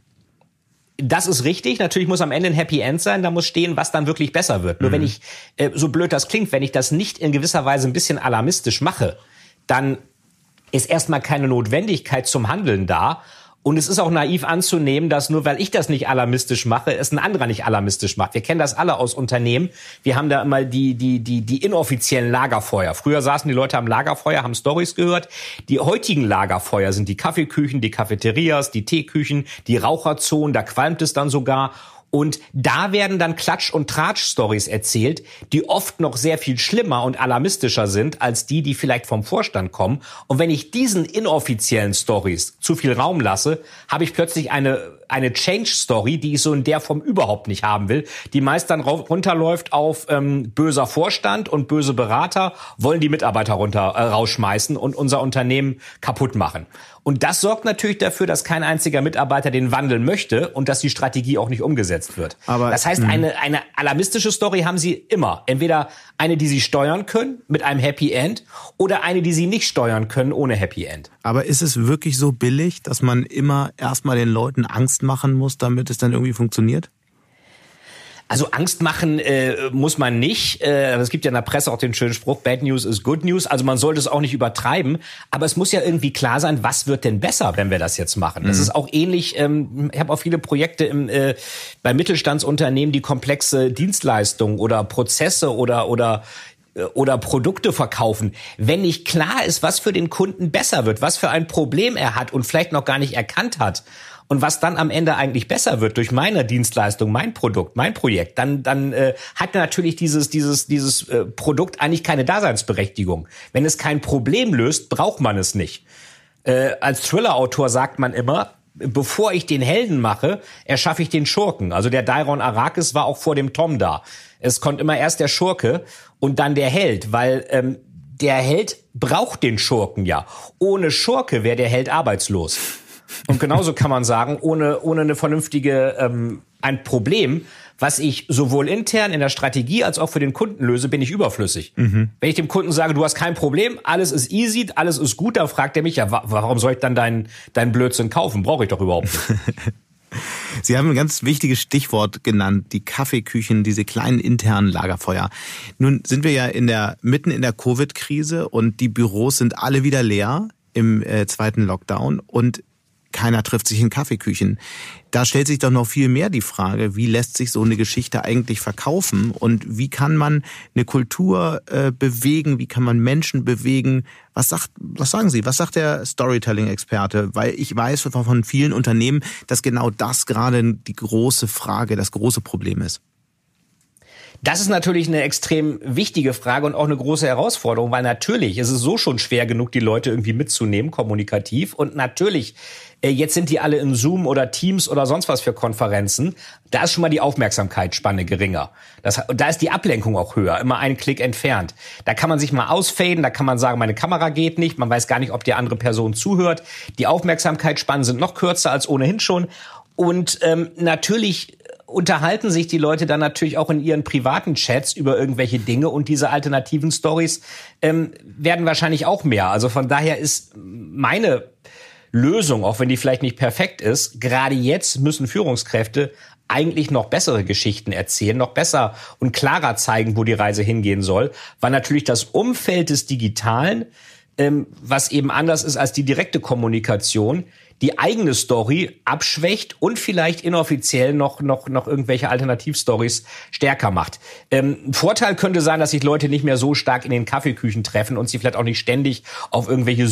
Das ist richtig. Natürlich muss am Ende ein Happy End sein. Da muss stehen, was dann wirklich besser wird. Mhm. Nur wenn ich, äh, so blöd das klingt, wenn ich das nicht in gewisser Weise ein bisschen alarmistisch mache, dann ist erstmal keine Notwendigkeit zum Handeln da. Und es ist auch naiv anzunehmen, dass nur weil ich das nicht alarmistisch mache, es ein anderer nicht alarmistisch macht. Wir kennen das alle aus Unternehmen. Wir haben da immer die die die die inoffiziellen Lagerfeuer. Früher saßen die Leute am Lagerfeuer, haben Storys gehört. Die heutigen Lagerfeuer sind die Kaffeeküchen, die Cafeterias, die Teeküchen, die Raucherzonen. Da qualmt es dann sogar. Und da werden dann Klatsch- und Tratsch-Stories erzählt, die oft noch sehr viel schlimmer und alarmistischer sind als die, die vielleicht vom Vorstand kommen. Und wenn ich diesen inoffiziellen Stories zu viel Raum lasse, habe ich plötzlich eine eine Change-Story, die ich so in der Form überhaupt nicht haben will, die meist dann runterläuft auf ähm, böser Vorstand und böse Berater wollen die Mitarbeiter runter äh, rausschmeißen und unser Unternehmen kaputt machen. Und das sorgt natürlich dafür, dass kein einziger Mitarbeiter den Wandel möchte und dass die Strategie auch nicht umgesetzt wird. Aber, das heißt, eine, eine alarmistische Story haben Sie immer. Entweder eine, die Sie steuern können mit einem Happy End oder eine, die Sie nicht steuern können ohne Happy End. Aber ist es wirklich so billig, dass man immer erstmal den Leuten Angst machen muss, damit es dann irgendwie funktioniert? Also Angst machen äh, muss man nicht. Äh, es gibt ja in der Presse auch den schönen Spruch, Bad News is good news. Also man sollte es auch nicht übertreiben. Aber es muss ja irgendwie klar sein, was wird denn besser, wenn wir das jetzt machen. Mhm. Das ist auch ähnlich. Ähm, ich habe auch viele Projekte im, äh, bei Mittelstandsunternehmen, die komplexe Dienstleistungen oder Prozesse oder oder oder Produkte verkaufen. Wenn nicht klar ist, was für den Kunden besser wird, was für ein Problem er hat und vielleicht noch gar nicht erkannt hat, und was dann am Ende eigentlich besser wird durch meine Dienstleistung, mein Produkt, mein Projekt, dann dann äh, hat natürlich dieses dieses dieses äh, Produkt eigentlich keine Daseinsberechtigung. Wenn es kein Problem löst, braucht man es nicht. Äh, als Thriller-Autor sagt man immer, bevor ich den Helden mache, erschaffe ich den Schurken. Also der Dairon Arrakis war auch vor dem Tom da. Es kommt immer erst der Schurke und dann der Held, weil ähm, der Held braucht den Schurken ja. Ohne Schurke wäre der Held arbeitslos. Und genauso kann man sagen, ohne ohne eine vernünftige ähm, ein Problem, was ich sowohl intern in der Strategie als auch für den Kunden löse, bin ich überflüssig. Mhm. Wenn ich dem Kunden sage, du hast kein Problem, alles ist easy, alles ist gut, dann fragt er mich ja, warum soll ich dann deinen deinen Blödsinn kaufen? Brauche ich doch überhaupt nicht. Sie haben ein ganz wichtiges Stichwort genannt, die Kaffeeküchen, diese kleinen internen Lagerfeuer. Nun sind wir ja in der mitten in der Covid-Krise und die Büros sind alle wieder leer im äh, zweiten Lockdown und keiner trifft sich in Kaffeeküchen. Da stellt sich doch noch viel mehr die Frage, wie lässt sich so eine Geschichte eigentlich verkaufen und wie kann man eine Kultur äh, bewegen, wie kann man Menschen bewegen? Was sagt, was sagen Sie? Was sagt der Storytelling-Experte? Weil ich weiß von vielen Unternehmen, dass genau das gerade die große Frage, das große Problem ist. Das ist natürlich eine extrem wichtige Frage und auch eine große Herausforderung, weil natürlich ist es so schon schwer genug, die Leute irgendwie mitzunehmen, kommunikativ. Und natürlich, jetzt sind die alle in Zoom oder Teams oder sonst was für Konferenzen. Da ist schon mal die Aufmerksamkeitsspanne geringer. Das, da ist die Ablenkung auch höher, immer einen Klick entfernt. Da kann man sich mal ausfaden, da kann man sagen, meine Kamera geht nicht, man weiß gar nicht, ob die andere Person zuhört. Die Aufmerksamkeitsspannen sind noch kürzer als ohnehin schon. Und ähm, natürlich unterhalten sich die Leute dann natürlich auch in ihren privaten Chats über irgendwelche Dinge und diese alternativen Stories ähm, werden wahrscheinlich auch mehr. Also von daher ist meine Lösung, auch wenn die vielleicht nicht perfekt ist. Gerade jetzt müssen Führungskräfte eigentlich noch bessere Geschichten erzählen, noch besser und klarer zeigen, wo die Reise hingehen soll, weil natürlich das Umfeld des Digitalen, ähm, was eben anders ist als die direkte Kommunikation, die eigene Story abschwächt und vielleicht inoffiziell noch noch noch irgendwelche Alternativstories stärker macht. Ähm, ein Vorteil könnte sein, dass sich Leute nicht mehr so stark in den Kaffeeküchen treffen und sie vielleicht auch nicht ständig auf irgendwelche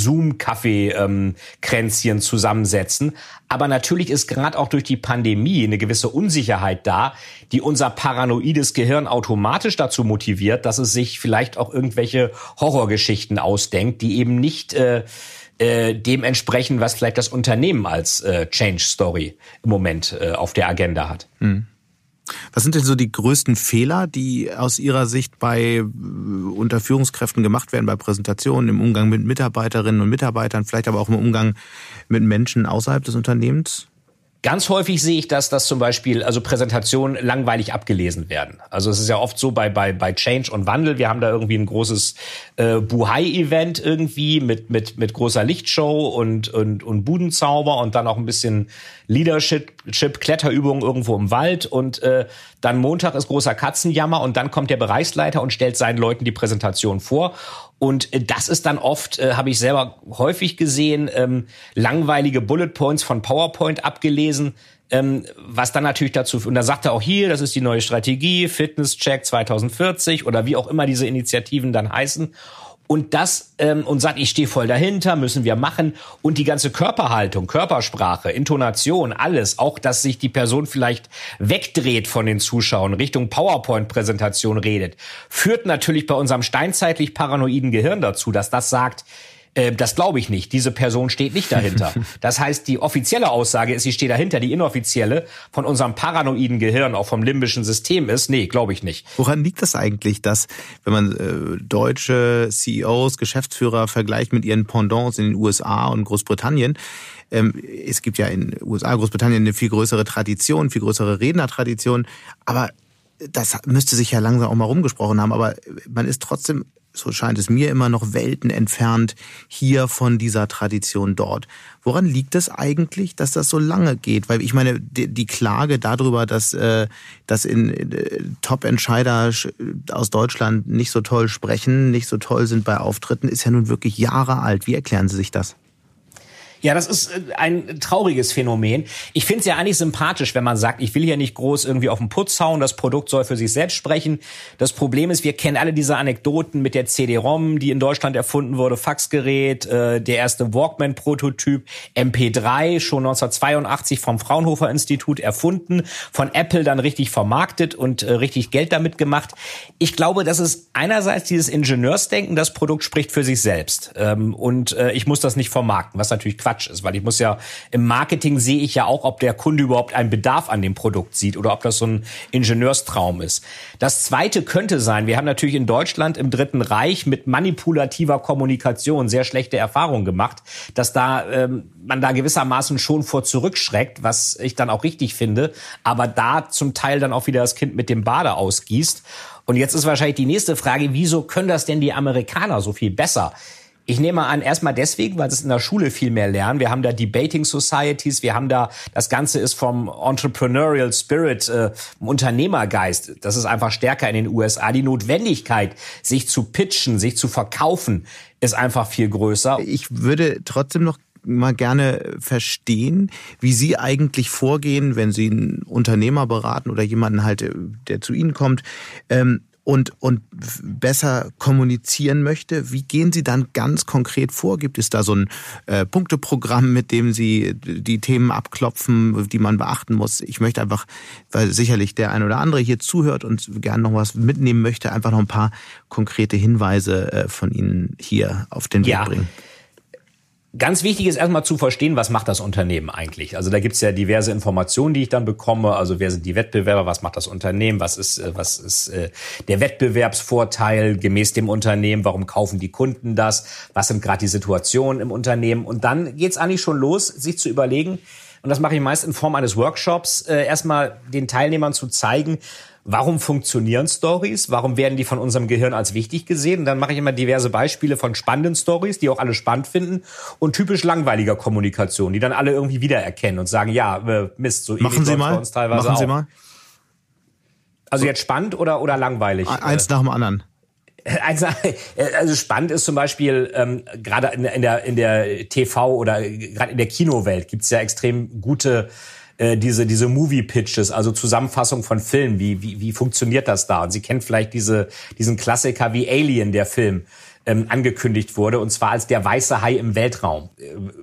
Zoom-Kaffee-Kränzchen ähm, zusammensetzen. Aber natürlich ist gerade auch durch die Pandemie eine gewisse Unsicherheit da, die unser paranoides Gehirn automatisch dazu motiviert, dass es sich vielleicht auch irgendwelche Horrorgeschichten ausdenkt, die eben nicht äh, äh, dem entsprechen, was vielleicht das Unternehmen als äh, Change Story im Moment äh, auf der Agenda hat. Mhm. Was sind denn so die größten Fehler, die aus Ihrer Sicht bei äh, unter Führungskräften gemacht werden, bei Präsentationen, im Umgang mit Mitarbeiterinnen und Mitarbeitern, vielleicht aber auch im Umgang mit Menschen außerhalb des Unternehmens? Ganz häufig sehe ich das, dass zum Beispiel also Präsentationen langweilig abgelesen werden. Also es ist ja oft so bei bei bei Change und Wandel. Wir haben da irgendwie ein großes äh, Buhai-Event irgendwie mit mit mit großer Lichtshow und und und Budenzauber und dann auch ein bisschen Leadership, Kletterübungen irgendwo im Wald und äh, dann Montag ist großer Katzenjammer und dann kommt der Bereichsleiter und stellt seinen Leuten die Präsentation vor. Und äh, das ist dann oft, äh, habe ich selber häufig gesehen, ähm, langweilige Bullet Points von PowerPoint abgelesen, ähm, was dann natürlich dazu, und da sagt er auch hier, das ist die neue Strategie, Fitness-Check zwanzig vierzig oder wie auch immer diese Initiativen dann heißen. Und das, ähm, und sagt, ich stehe voll dahinter, müssen wir machen. Und die ganze Körperhaltung, Körpersprache, Intonation, alles, auch, dass sich die Person vielleicht wegdreht von den Zuschauern, Richtung PowerPoint-Präsentation redet, führt natürlich bei unserem steinzeitlich paranoiden Gehirn dazu, dass das sagt, äh, das glaube ich nicht, diese Person steht nicht dahinter. Das heißt, die offizielle Aussage ist, sie steht dahinter, die inoffizielle von unserem paranoiden Gehirn, auch vom limbischen System ist, nee, glaube ich nicht. Woran liegt das eigentlich, dass, wenn man äh, deutsche C E Os, Geschäftsführer vergleicht mit ihren Pendants in den U S A und Großbritannien, ähm, es gibt ja in U S A, Großbritannien eine viel größere Tradition, viel größere Rednertradition, aber das müsste sich ja langsam auch mal rumgesprochen haben, aber man ist trotzdem, so scheint es mir, immer noch Welten entfernt hier von dieser Tradition dort. Woran liegt es eigentlich, dass das so lange geht? Weil ich meine, die, die Klage darüber, dass, äh, dass in, äh, Top-Entscheider aus Deutschland nicht so toll sprechen, nicht so toll sind bei Auftritten, ist ja nun wirklich Jahre alt. Wie erklären Sie sich das? Ja, das ist ein trauriges Phänomen. Ich finde es ja eigentlich sympathisch, wenn man sagt, ich will hier nicht groß irgendwie auf den Putz hauen, das Produkt soll für sich selbst sprechen. Das Problem ist, wir kennen alle diese Anekdoten mit der C D-ROM, die in Deutschland erfunden wurde, Faxgerät, äh, der erste Walkman-Prototyp, M P drei, schon neunzehnhundertzweiundachtzig vom Fraunhofer-Institut erfunden, von Apple dann richtig vermarktet und äh, richtig Geld damit gemacht. Ich glaube, das ist einerseits dieses Ingenieursdenken, das Produkt spricht für sich selbst. Ähm, und äh, ich muss das nicht vermarkten, was natürlich Quatsch ist, weil ich muss ja, im Marketing sehe ich ja auch, ob der Kunde überhaupt einen Bedarf an dem Produkt sieht oder ob das so ein Ingenieurstraum ist. Das Zweite könnte sein, wir haben natürlich in Deutschland im Dritten Reich mit manipulativer Kommunikation sehr schlechte Erfahrungen gemacht, dass da ähm, man da gewissermaßen schon vor zurückschreckt, was ich dann auch richtig finde, aber da zum Teil dann auch wieder das Kind mit dem Bade ausgießt. Und jetzt ist wahrscheinlich die nächste Frage, wieso können das denn die Amerikaner so viel besser? Ich nehme an, erstmal deswegen, weil sie es in der Schule viel mehr lernen. Wir haben da Debating Societies, wir haben da, das Ganze ist vom Entrepreneurial Spirit, äh, Unternehmergeist. Das ist einfach stärker in den U S A. Die Notwendigkeit, sich zu pitchen, sich zu verkaufen, ist einfach viel größer. Ich würde trotzdem noch mal gerne verstehen, wie Sie eigentlich vorgehen, wenn Sie einen Unternehmer beraten oder jemanden halt, der zu Ihnen kommt, ähm, und und besser kommunizieren möchte. Wie gehen Sie dann ganz konkret vor? Gibt es da so ein äh, Punkteprogramm, mit dem Sie die Themen abklopfen, die man beachten muss? Ich möchte einfach, weil sicherlich der ein oder andere hier zuhört und gerne noch was mitnehmen möchte, einfach noch ein paar konkrete Hinweise äh, von Ihnen hier auf den Weg ja. bringen. Ganz wichtig ist erstmal zu verstehen, was macht das Unternehmen eigentlich. Also da gibt's ja diverse Informationen, die ich dann bekomme. Also wer sind die Wettbewerber, was macht das Unternehmen, was ist was ist äh, der Wettbewerbsvorteil gemäß dem Unternehmen, warum kaufen die Kunden das, was sind gerade die Situationen im Unternehmen. Und dann geht's eigentlich schon los, sich zu überlegen, und das mache ich meist in Form eines Workshops, äh, erstmal den Teilnehmern zu zeigen, warum funktionieren Stories? Warum werden die von unserem Gehirn als wichtig gesehen? Und dann mache ich immer diverse Beispiele von spannenden Stories, die auch alle spannend finden, und typisch langweiliger Kommunikation, die dann alle irgendwie wiedererkennen und sagen, ja, Mist, so ähnlich läuft bei uns teilweise Machen Sie auch. mal. Also jetzt spannend oder, oder langweilig? Eins nach dem anderen. Also spannend ist zum Beispiel, ähm, gerade in, in der in der T V oder gerade in der Kinowelt gibt's ja extrem gute äh, diese diese Movie-Pitches, also Zusammenfassung von Filmen. Wie wie wie funktioniert das da? Und Sie kennen vielleicht diese diesen Klassiker wie Alien, der Film ähm, angekündigt wurde, und zwar als der weiße Hai im Weltraum.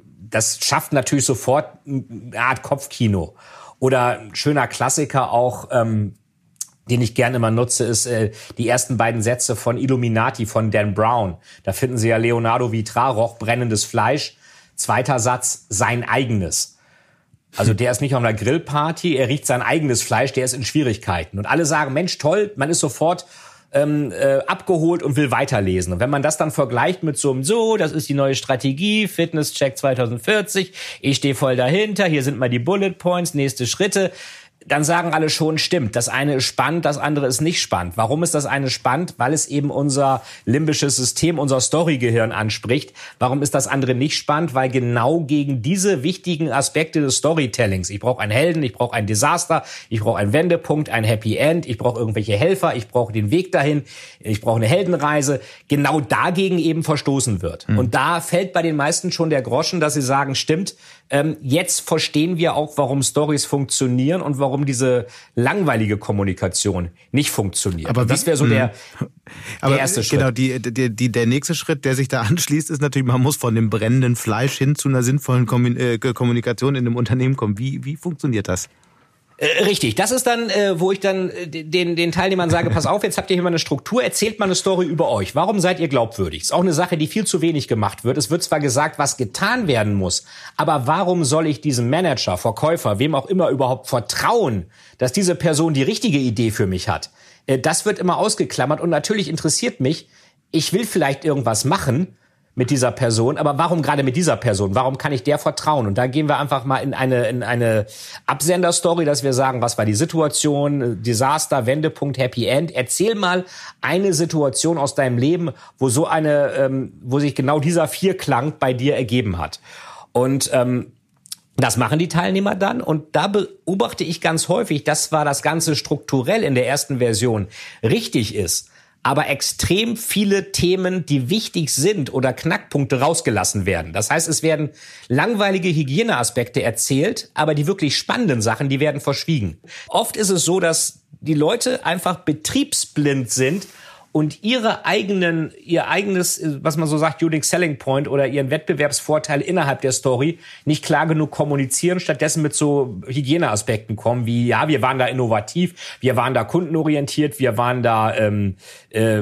Das schafft natürlich sofort eine Art Kopfkino. Oder ein schöner Klassiker auch, ähm, den ich gerne immer nutze, ist äh, die ersten beiden Sätze von Illuminati von Dan Brown. Da finden Sie ja Leonardo Vitraroch, brennendes Fleisch. Zweiter Satz, sein eigenes. Also der ist nicht auf einer Grillparty, er riecht sein eigenes Fleisch, der ist in Schwierigkeiten. Und alle sagen, Mensch, toll, man ist sofort ähm, äh, abgeholt und will weiterlesen. Und wenn man das dann vergleicht mit so einem, so, das ist die neue Strategie, Fitness-Check zwanzig vierzig, ich stehe voll dahinter, hier sind mal die Bullet Points, nächste Schritte, dann sagen alle schon, stimmt, das eine ist spannend, das andere ist nicht spannend. Warum ist das eine spannend? Weil es eben unser limbisches System, unser Storygehirn anspricht. Warum ist das andere nicht spannend? Weil genau gegen diese wichtigen Aspekte des Storytellings, ich brauche einen Helden, ich brauche ein Desaster, ich brauche einen Wendepunkt, ein Happy End, ich brauche irgendwelche Helfer, ich brauche den Weg dahin, ich brauche eine Heldenreise, genau dagegen eben verstoßen wird. Mhm. Und da fällt bei den meisten schon der Groschen, dass sie sagen, stimmt, ähm, jetzt verstehen wir auch, warum Stories funktionieren und warum diese langweilige Kommunikation nicht funktioniert. Aber wie, das wäre so der, der aber erste Schritt. Genau, die, die, die, der nächste Schritt, der sich da anschließt, ist natürlich, man muss von dem brennenden Fleisch hin zu einer sinnvollen Kommunikation in einem Unternehmen kommen. Wie, wie funktioniert das? Äh, richtig, das ist dann, äh, wo ich dann äh, den den Teilnehmern sage, pass auf, jetzt habt ihr hier mal eine Struktur, erzählt mal eine Story über euch. Warum seid ihr glaubwürdig? Ist auch eine Sache, die viel zu wenig gemacht wird. Es wird zwar gesagt, was getan werden muss, aber warum soll ich diesem Manager, Verkäufer, wem auch immer überhaupt vertrauen, dass diese Person die richtige Idee für mich hat? Äh, das wird immer ausgeklammert, und natürlich interessiert mich, ich will vielleicht irgendwas machen mit dieser Person, aber warum gerade mit dieser Person? Warum kann ich der vertrauen? Und da gehen wir einfach mal in eine in eine Absenderstory, dass wir sagen, was war die Situation, Desaster, Wendepunkt, Happy End. Erzähl mal eine Situation aus deinem Leben, wo so eine, ähm, wo sich genau dieser Vierklang bei dir ergeben hat. Und ähm, das machen die Teilnehmer dann, und da beobachte ich ganz häufig, dass zwar das Ganze strukturell in der ersten Version richtig ist, aber extrem viele Themen, die wichtig sind oder Knackpunkte, rausgelassen werden. Das heißt, es werden langweilige Hygieneaspekte erzählt, aber die wirklich spannenden Sachen, die werden verschwiegen. Oft ist es so, dass die Leute einfach betriebsblind sind und ihre eigenen, ihr eigenes, was man so sagt, Unique Selling Point oder ihren Wettbewerbsvorteil innerhalb der Story nicht klar genug kommunizieren, stattdessen mit so Hygieneaspekten kommen wie, ja, wir waren da innovativ, wir waren da kundenorientiert, wir waren da ähm, äh,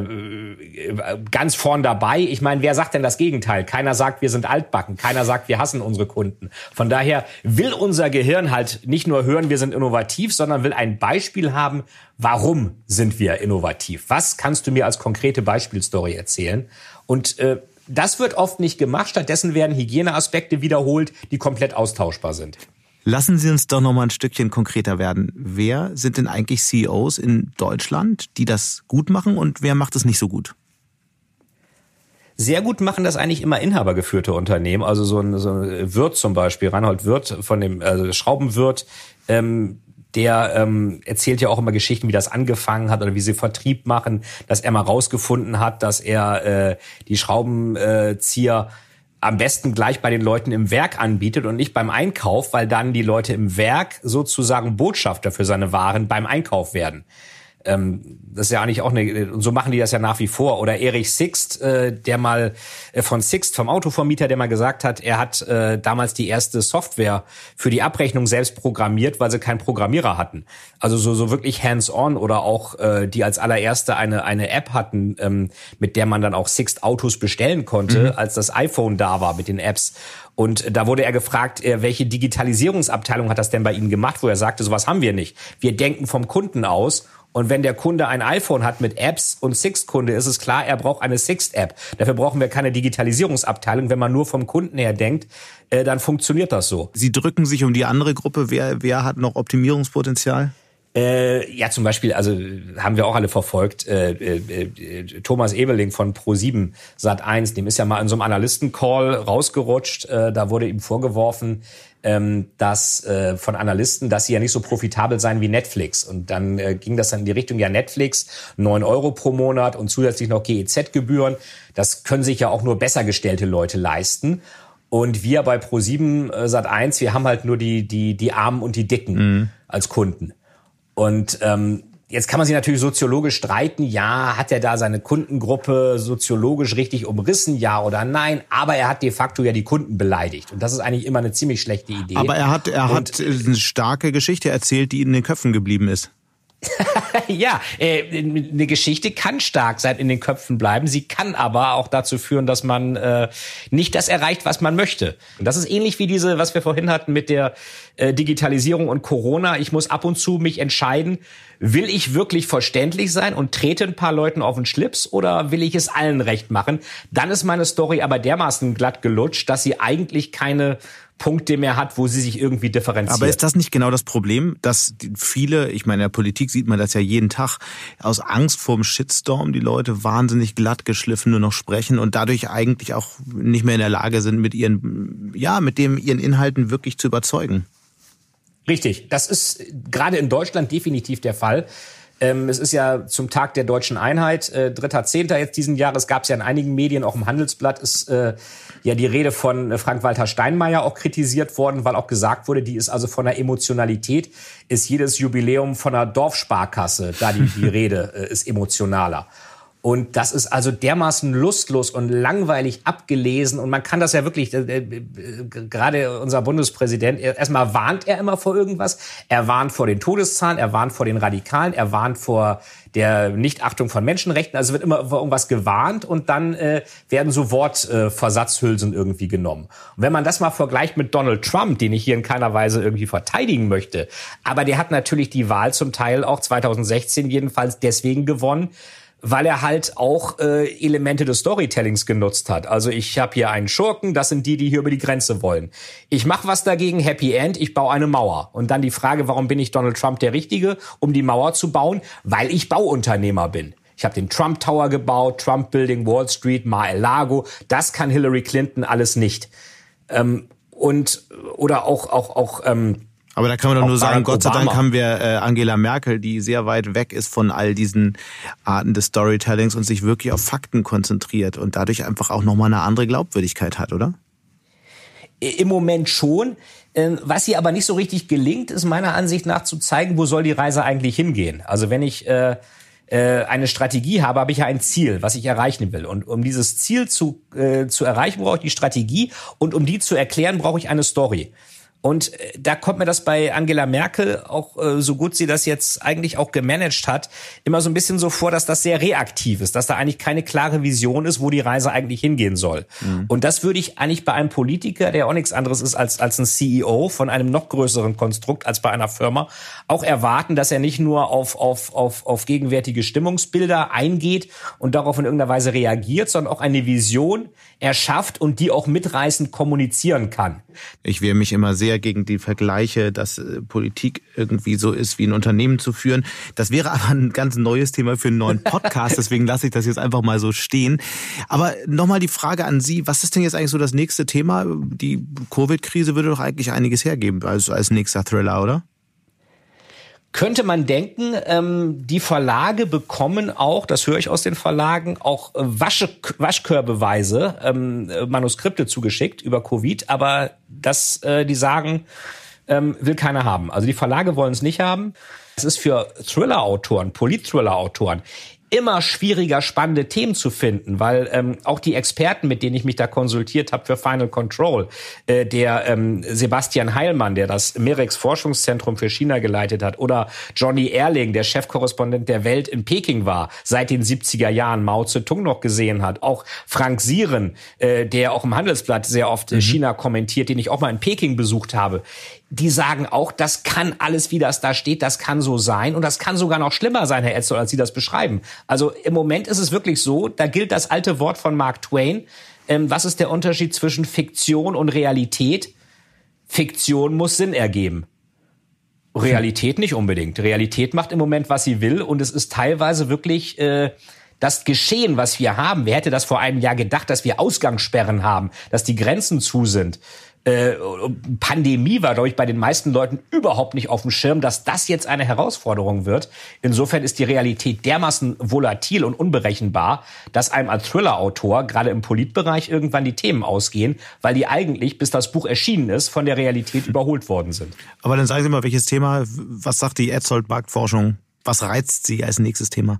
ganz vorn dabei. Ich meine, wer sagt denn das Gegenteil? Keiner sagt, wir sind altbacken, keiner sagt, wir hassen unsere Kunden. Von daher will unser Gehirn halt nicht nur hören, wir sind innovativ, sondern will ein Beispiel haben, warum sind wir innovativ? Was kannst du mir als konkrete Beispielstory erzählen? Und äh, das wird oft nicht gemacht. Stattdessen werden Hygieneaspekte wiederholt, die komplett austauschbar sind. Lassen Sie uns doch noch mal ein Stückchen konkreter werden. Wer sind denn eigentlich C E Os in Deutschland, die das gut machen, und wer macht es nicht so gut? Sehr gut machen das eigentlich immer inhabergeführte Unternehmen. Also so ein, so ein Wirth zum Beispiel, Reinhold Wirth von dem also Schraubenwirt, ähm, der ähm, erzählt ja auch immer Geschichten, wie das angefangen hat oder wie sie Vertrieb machen, dass er mal rausgefunden hat, dass er äh, die Schraubenzieher am besten gleich bei den Leuten im Werk anbietet und nicht beim Einkauf, weil dann die Leute im Werk sozusagen Botschafter für seine Waren beim Einkauf werden. Ähm, das ist ja eigentlich auch eine, und so machen die das ja nach wie vor. Oder Erich Sixt, äh, der mal äh, von Sixt, vom Autovermieter, der mal gesagt hat, er hat äh, damals die erste Software für die Abrechnung selbst programmiert, weil sie keinen Programmierer hatten. Also so so wirklich hands-on, oder auch äh, die als allererste eine eine App hatten, ähm, mit der man dann auch Sixt Autos bestellen konnte, mhm. als das iPhone da war mit den Apps. Und da wurde er gefragt, welche Digitalisierungsabteilung hat das denn bei Ihnen gemacht, wo er sagte, sowas haben wir nicht. Wir denken vom Kunden aus. Und wenn der Kunde ein iPhone hat mit Apps und Sixt-Kunde, ist es klar, er braucht eine Sixt-App. Dafür brauchen wir keine Digitalisierungsabteilung. Wenn man nur vom Kunden her denkt, äh, dann funktioniert das so. Sie drücken sich um die andere Gruppe. Wer, wer hat noch Optimierungspotenzial? Äh, ja, zum Beispiel, also haben wir auch alle verfolgt, äh, äh, Thomas Ebeling von ProSieben Sat eins, dem ist ja mal in so einem Analysten-Call rausgerutscht. Äh, da wurde ihm vorgeworfen, ähm, dass äh, von Analysten, dass sie ja nicht so profitabel seien wie Netflix. Und dann äh, ging das dann in die Richtung, ja, Netflix, neun Euro pro Monat und zusätzlich noch G E Z-Gebühren. Das können sich ja auch nur besser gestellte Leute leisten. Und wir bei ProSieben Sat eins, wir haben halt nur die die die Armen und die Dicken mhm. als Kunden. Und ähm, jetzt kann man sich natürlich soziologisch streiten, ja, hat er da seine Kundengruppe soziologisch richtig umrissen, ja oder nein, aber er hat de facto ja die Kunden beleidigt. Und das ist eigentlich immer eine ziemlich schlechte Idee. Aber er hat, er und, hat eine starke Geschichte erzählt, die in den Köpfen geblieben ist. Ja, äh, eine Geschichte kann stark sein, in den Köpfen bleiben. Sie kann aber auch dazu führen, dass man äh, nicht das erreicht, was man möchte. Und das ist ähnlich wie diese, was wir vorhin hatten mit der äh, Digitalisierung und Corona. Ich muss ab und zu mich entscheiden, will ich wirklich verständlich sein und trete ein paar Leuten auf den Schlips oder will ich es allen recht machen? Dann ist meine Story aber dermaßen glatt gelutscht, dass sie eigentlich keine Punkte mehr hat, wo sie sich irgendwie differenziert. Aber ist das nicht genau das Problem, dass viele, ich meine, in der Politik sieht man das ja jeden Tag, aus Angst vorm Shitstorm die Leute wahnsinnig glatt geschliffen nur noch sprechen und dadurch eigentlich auch nicht mehr in der Lage sind, mit ihren, ja, mit dem ihren Inhalten wirklich zu überzeugen? Richtig, das ist gerade in Deutschland definitiv der Fall. Ähm, es ist ja zum Tag der deutschen Einheit, äh, dritter Zehnter jetzt diesen Jahres, gab es ja in einigen Medien, auch im Handelsblatt, ist äh, ja die Rede von äh, Frank-Walter Steinmeier auch kritisiert worden, weil auch gesagt wurde, die ist also von der Emotionalität, ist jedes Jubiläum von einer Dorfsparkasse, da die, die Rede äh, ist emotionaler. Und das ist also dermaßen lustlos und langweilig abgelesen. Und man kann das ja wirklich, äh, äh, gerade unser Bundespräsident, erstmal warnt er immer vor irgendwas. Er warnt vor den Todeszahlen, er warnt vor den Radikalen, er warnt vor der Nichtachtung von Menschenrechten. Also wird immer vor irgendwas gewarnt und dann äh, werden so Wortversatzhülsen äh, irgendwie genommen. Und wenn man das mal vergleicht mit Donald Trump, den ich hier in keiner Weise irgendwie verteidigen möchte, aber der hat natürlich die Wahl zum Teil auch zweitausendsechzehn jedenfalls deswegen gewonnen, weil er halt auch äh, Elemente des Storytellings genutzt hat. Also ich habe hier einen Schurken, das sind die, die hier über die Grenze wollen. Ich mache was dagegen, Happy End, ich baue eine Mauer. Und dann die Frage, warum bin ich Donald Trump der Richtige, um die Mauer zu bauen? Weil ich Bauunternehmer bin. Ich habe den Trump Tower gebaut, Trump Building, Wall Street, Mar-a-Lago. Das kann Hillary Clinton alles nicht. Ähm, und oder auch auch auch ähm, aber da kann man doch nur sagen, Gott sei Dank haben wir äh, Angela Merkel, die sehr weit weg ist von all diesen Arten des Storytellings und sich wirklich auf Fakten konzentriert und dadurch einfach auch nochmal eine andere Glaubwürdigkeit hat, oder? Im Moment schon. Was ihr aber nicht so richtig gelingt, ist meiner Ansicht nach zu zeigen, wo soll die Reise eigentlich hingehen. Also wenn ich äh, eine Strategie habe, habe ich ja ein Ziel, was ich erreichen will. Und um dieses Ziel zu, äh, zu erreichen, brauche ich die Strategie und um die zu erklären, brauche ich eine Story. Und da kommt mir das bei Angela Merkel, auch äh, so gut sie das jetzt eigentlich auch gemanagt hat, immer so ein bisschen so vor, dass das sehr reaktiv ist, dass da eigentlich keine klare Vision ist, wo die Reise eigentlich hingehen soll. Mhm. Und das würde ich eigentlich bei einem Politiker, der auch nichts anderes ist als als ein C E O von einem noch größeren Konstrukt als bei einer Firma, auch erwarten, dass er nicht nur auf auf auf auf gegenwärtige Stimmungsbilder eingeht und darauf in irgendeiner Weise reagiert, sondern auch eine Vision erschafft und die auch mitreißend kommunizieren kann. Ich wehre mich immer sehr gegen die Vergleiche, dass Politik irgendwie so ist, wie ein Unternehmen zu führen. Das wäre aber ein ganz neues Thema für einen neuen Podcast, deswegen lasse ich das jetzt einfach mal so stehen. Aber nochmal die Frage an Sie, was ist denn jetzt eigentlich so das nächste Thema? Die Covid-Krise würde doch eigentlich einiges hergeben als, als nächster Thriller, oder? Könnte man denken, ähm, die Verlage bekommen auch, das höre ich aus den Verlagen, auch Wasche, Waschkörbeweise ähm, Manuskripte zugeschickt über Covid, aber das, äh, die sagen, ähm, will keiner haben. Also die Verlage wollen es nicht haben. Es ist für Thriller-Autoren, Polit-Thriller-Autoren immer schwieriger, spannende Themen zu finden, weil ähm, auch die Experten, mit denen ich mich da konsultiert habe für Final Control, äh, der ähm, Sebastian Heilmann, der das Merex Forschungszentrum für China geleitet hat, oder Johnny Erling, der Chefkorrespondent der Welt in Peking war, seit den siebziger Jahren Mao Zedong noch gesehen hat, auch Frank Sieren, äh, der auch im Handelsblatt sehr oft mhm. China kommentiert, den ich auch mal in Peking besucht habe, die sagen auch, das kann alles, wie das da steht, das kann so sein und das kann sogar noch schlimmer sein, Herr Etzold, als Sie das beschreiben. Also im Moment ist es wirklich so, da gilt das alte Wort von Mark Twain. Ähm, was ist der Unterschied zwischen Fiktion und Realität? Fiktion muss Sinn ergeben. Realität nicht unbedingt. Realität macht im Moment, was sie will, und es ist teilweise wirklich äh, das Geschehen, was wir haben. Wer hätte das vor einem Jahr gedacht, dass wir Ausgangssperren haben, dass die Grenzen zu sind? Äh, Pandemie war, glaube ich, bei den meisten Leuten überhaupt nicht auf dem Schirm, dass das jetzt eine Herausforderung wird. Insofern ist die Realität dermaßen volatil und unberechenbar, dass einem als Thriller-Autor gerade im Politbereich irgendwann die Themen ausgehen, weil die eigentlich, bis das Buch erschienen ist, von der Realität überholt worden sind. Aber dann sagen Sie mal, welches Thema, was sagt die Edzold-Marktforschung, was reizt Sie als nächstes Thema?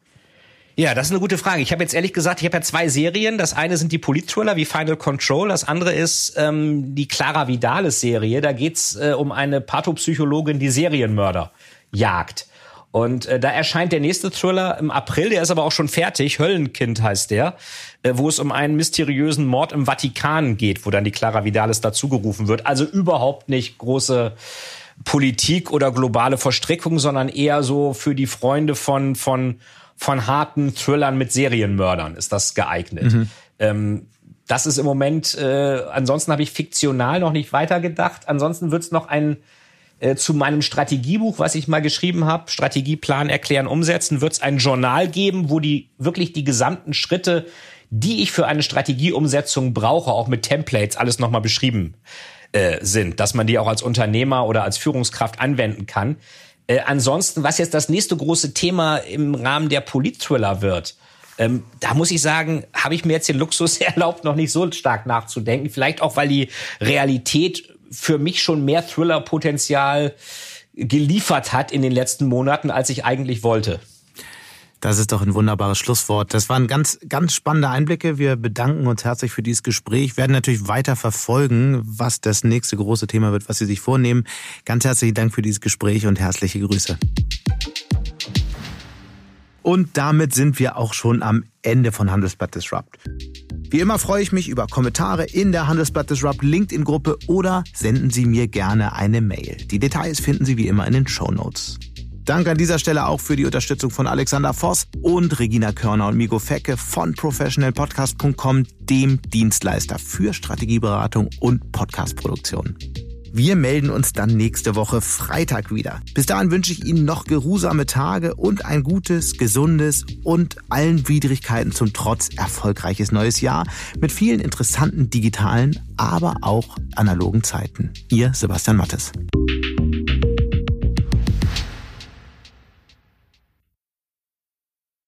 Ja, das ist eine gute Frage. Ich habe jetzt ehrlich gesagt, ich habe ja zwei Serien. Das eine sind die Polit-Thriller wie Final Control. Das andere ist ähm, die Clara Vidalis-Serie. Da geht's äh, um eine Pathopsychologin, die Serienmörder jagt. Und äh, da erscheint der nächste Thriller im April. Der ist aber auch schon fertig. Höllenkind heißt der, äh, wo es um einen mysteriösen Mord im Vatikan geht, wo dann die Clara Vidalis dazugerufen wird. Also überhaupt nicht große Politik oder globale Verstrickung, sondern eher so für die Freunde von von von harten Thrillern mit Serienmördern ist das geeignet. Mhm. Ähm, das ist im Moment, äh, ansonsten habe ich fiktional noch nicht weitergedacht. Ansonsten wird es noch ein, äh, zu meinem Strategiebuch, was ich mal geschrieben habe, Strategieplan erklären, umsetzen, wird es ein Journal geben, wo die wirklich die gesamten Schritte, die ich für eine Strategieumsetzung brauche, auch mit Templates alles nochmal beschrieben äh, sind, dass man die auch als Unternehmer oder als Führungskraft anwenden kann. Äh, ansonsten, was jetzt das nächste große Thema im Rahmen der Polit-Thriller wird, ähm, da muss ich sagen, habe ich mir jetzt den Luxus erlaubt, noch nicht so stark nachzudenken. Vielleicht auch, weil die Realität für mich schon mehr Thriller-Potenzial geliefert hat in den letzten Monaten, als ich eigentlich wollte. Das ist doch ein wunderbares Schlusswort. Das waren ganz, ganz spannende Einblicke. Wir bedanken uns herzlich für dieses Gespräch, werden natürlich weiter verfolgen, was das nächste große Thema wird, was Sie sich vornehmen. Ganz herzlichen Dank für dieses Gespräch und herzliche Grüße. Und damit sind wir auch schon am Ende von Handelsblatt Disrupt. Wie immer freue ich mich über Kommentare in der Handelsblatt Disrupt LinkedIn-Gruppe oder senden Sie mir gerne eine Mail. Die Details finden Sie wie immer in den Shownotes. Danke an dieser Stelle auch für die Unterstützung von Alexander Voss und Regina Körner und Migo Fecke von professional podcast punkt com, dem Dienstleister für Strategieberatung und Podcastproduktion. Wir melden uns dann nächste Woche Freitag wieder. Bis dahin wünsche ich Ihnen noch geruhsame Tage und ein gutes, gesundes und allen Widrigkeiten zum Trotz erfolgreiches neues Jahr mit vielen interessanten digitalen, aber auch analogen Zeiten. Ihr Sebastian Mattes.